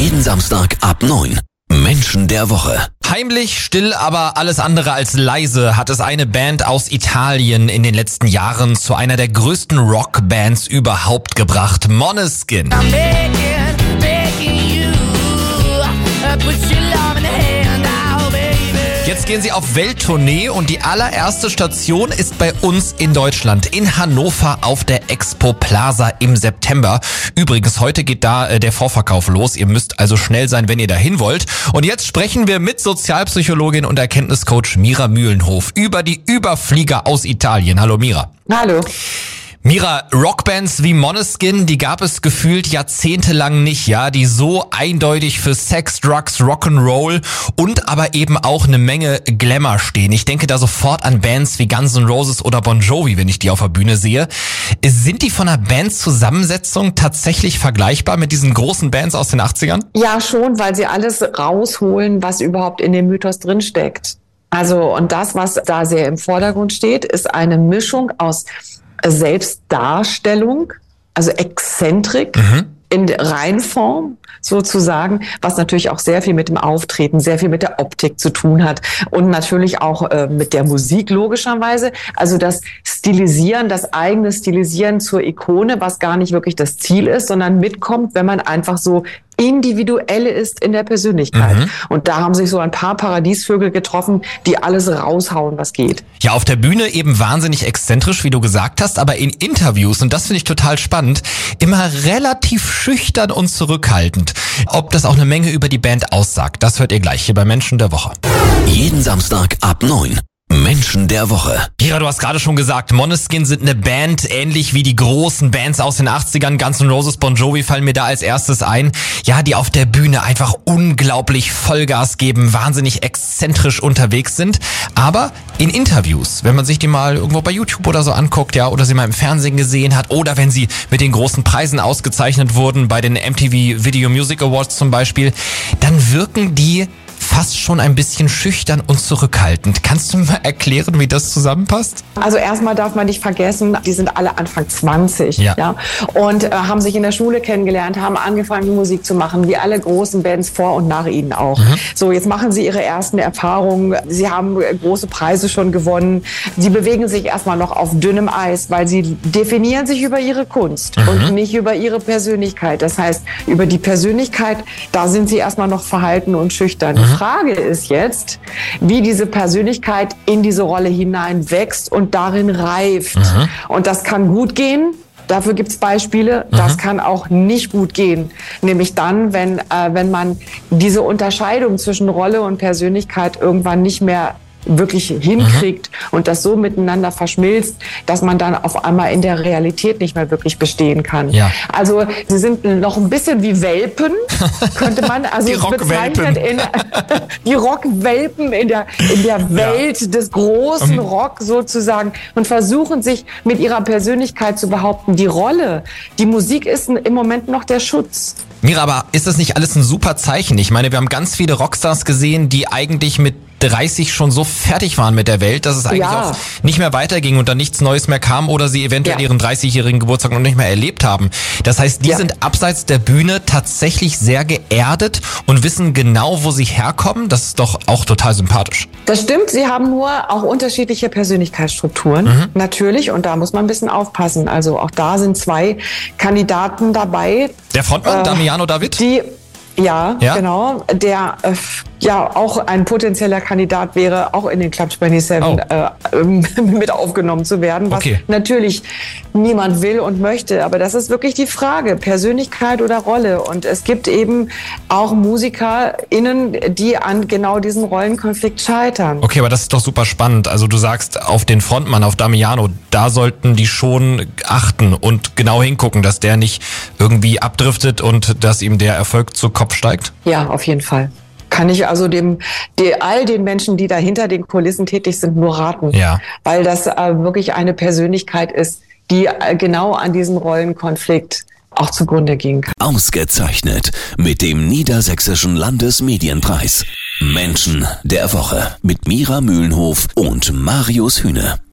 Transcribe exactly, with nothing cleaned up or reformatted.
Jeden Samstag ab neun. Menschen der Woche. Heimlich, still, aber alles andere als leise hat es eine Band aus Italien in den letzten Jahren zu einer der größten Rockbands überhaupt gebracht. Måneskin. I'm begging, begging you, uh, put your love in the hand now, baby. Jetzt gehen sie auf Welttournee und die allererste Station ist bei uns in Deutschland, in Hannover auf der Expo Plaza im September. Übrigens, heute geht da äh, der Vorverkauf los. Ihr müsst also schnell sein, wenn ihr dahin wollt. Und jetzt sprechen wir mit Sozialpsychologin und Erkenntniscoach Mira Mühlenhof über die Überflieger aus Italien. Hallo Mira. Hallo. Mira, Rockbands wie Måneskin, die gab es gefühlt jahrzehntelang nicht, ja, die so eindeutig für Sex, Drugs, Rock'n'Roll und aber eben auch eine Menge Glamour stehen. Ich denke da sofort an Bands wie Guns N' Roses oder Bon Jovi, wenn ich die auf der Bühne sehe. Sind die von der Bandzusammensetzung tatsächlich vergleichbar mit diesen großen Bands aus den achtzigern? Ja, schon, weil sie alles rausholen, was überhaupt in dem Mythos drinsteckt. Also, und das, was da sehr im Vordergrund steht, ist eine Mischung aus Selbstdarstellung, also Exzentrik mhm. in Reinform sozusagen, was natürlich auch sehr viel mit dem Auftreten, sehr viel mit der Optik zu tun hat und natürlich auch äh, mit der Musik logischerweise. Also das Stilisieren, das eigene Stilisieren zur Ikone, was gar nicht wirklich das Ziel ist, sondern mitkommt, wenn man einfach so individuell ist in der Persönlichkeit. Mhm. Und da haben sich so ein paar Paradiesvögel getroffen, die alles raushauen, was geht. Ja, auf der Bühne eben wahnsinnig exzentrisch, wie du gesagt hast, aber in Interviews, und das finde ich total spannend, immer relativ schüchtern und zurückhaltend. Ob das auch eine Menge über die Band aussagt, das hört ihr gleich hier bei Menschen der Woche. Jeden Samstag ab neun. Menschen der Woche. Mira, du hast gerade schon gesagt, Måneskin sind eine Band, ähnlich wie die großen Bands aus den achtzigern, Guns N' Roses, Bon Jovi fallen mir da als erstes ein. Ja, die auf der Bühne einfach unglaublich Vollgas geben, wahnsinnig exzentrisch unterwegs sind. Aber in Interviews, wenn man sich die mal irgendwo bei YouTube oder so anguckt, ja, oder sie mal im Fernsehen gesehen hat, oder wenn sie mit den großen Preisen ausgezeichnet wurden, bei den M T V Video Music Awards zum Beispiel, dann wirken die fast schon ein bisschen schüchtern und zurückhaltend. Kannst du mal erklären, wie das zusammenpasst? Also erstmal darf man nicht vergessen, die sind alle Anfang zwanzig, ja, ja und äh, haben sich in der Schule kennengelernt, haben angefangen Musik zu machen, wie alle großen Bands vor und nach ihnen auch. Mhm. So, jetzt machen sie ihre ersten Erfahrungen, sie haben große Preise schon gewonnen, sie bewegen sich erstmal noch auf dünnem Eis, weil sie definieren sich über ihre Kunst mhm. und nicht über ihre Persönlichkeit. Das heißt, über die Persönlichkeit, da sind sie erstmal noch verhalten und schüchtern. Mhm. Die Frage ist jetzt, wie diese Persönlichkeit in diese Rolle hineinwächst und darin reift. Mhm. Und das kann gut gehen. Dafür gibt es Beispiele. Mhm. Das kann auch nicht gut gehen. Nämlich dann, wenn, äh, wenn man diese Unterscheidung zwischen Rolle und Persönlichkeit irgendwann nicht mehr wirklich hinkriegt mhm. und das so miteinander verschmilzt, dass man dann auf einmal in der Realität nicht mehr wirklich bestehen kann. Ja. Also sie sind noch ein bisschen wie Welpen, könnte man also die bezeichnen, in, die Rockwelpen in der, in der Welt ja. des großen mhm. Rock sozusagen und versuchen sich mit ihrer Persönlichkeit zu behaupten. Die Rolle, die Musik ist im Moment noch der Schutz. Mira, aber ist das nicht alles ein super Zeichen? Ich meine, wir haben ganz viele Rockstars gesehen, die eigentlich mit dreißig schon so fertig waren mit der Welt, dass es eigentlich ja. auch nicht mehr weiterging und dann nichts Neues mehr kam oder sie eventuell ja. ihren dreißigjährigen Geburtstag noch nicht mehr erlebt haben. Das heißt, die ja. sind abseits der Bühne tatsächlich sehr geerdet und wissen genau, wo sie herkommen. Das ist doch auch total sympathisch. Das stimmt, sie haben nur auch unterschiedliche Persönlichkeitsstrukturen, mhm. natürlich, und da muss man ein bisschen aufpassen. Also auch da sind zwei Kandidaten dabei. Der Frontmann, äh, Damiano David? Die Ja, ja, genau. Der äh, ja auch ein potenzieller Kandidat wäre, auch in den Club siebenundzwanzig oh. äh, mit aufgenommen zu werden, was okay. natürlich niemand will und möchte. Aber das ist wirklich die Frage, Persönlichkeit oder Rolle. Und es gibt eben auch MusikerInnen, die an genau diesem Rollenkonflikt scheitern. Okay, aber das ist doch super spannend. Also du sagst, auf den Frontmann, auf Damiano, da sollten die schon achten und genau hingucken, dass der nicht irgendwie abdriftet und dass ihm der Erfolg zu Kopf steigt? Ja, auf jeden Fall. Kann ich also dem, die, all den Menschen, die da hinter den Kulissen tätig sind, nur raten. Ja. Weil das äh, wirklich eine Persönlichkeit ist, die äh, genau an diesem Rollenkonflikt auch zugrunde ging. Ausgezeichnet mit dem Niedersächsischen Landesmedienpreis. Menschen der Woche mit Mira Mühlenhof und Marius Hühne.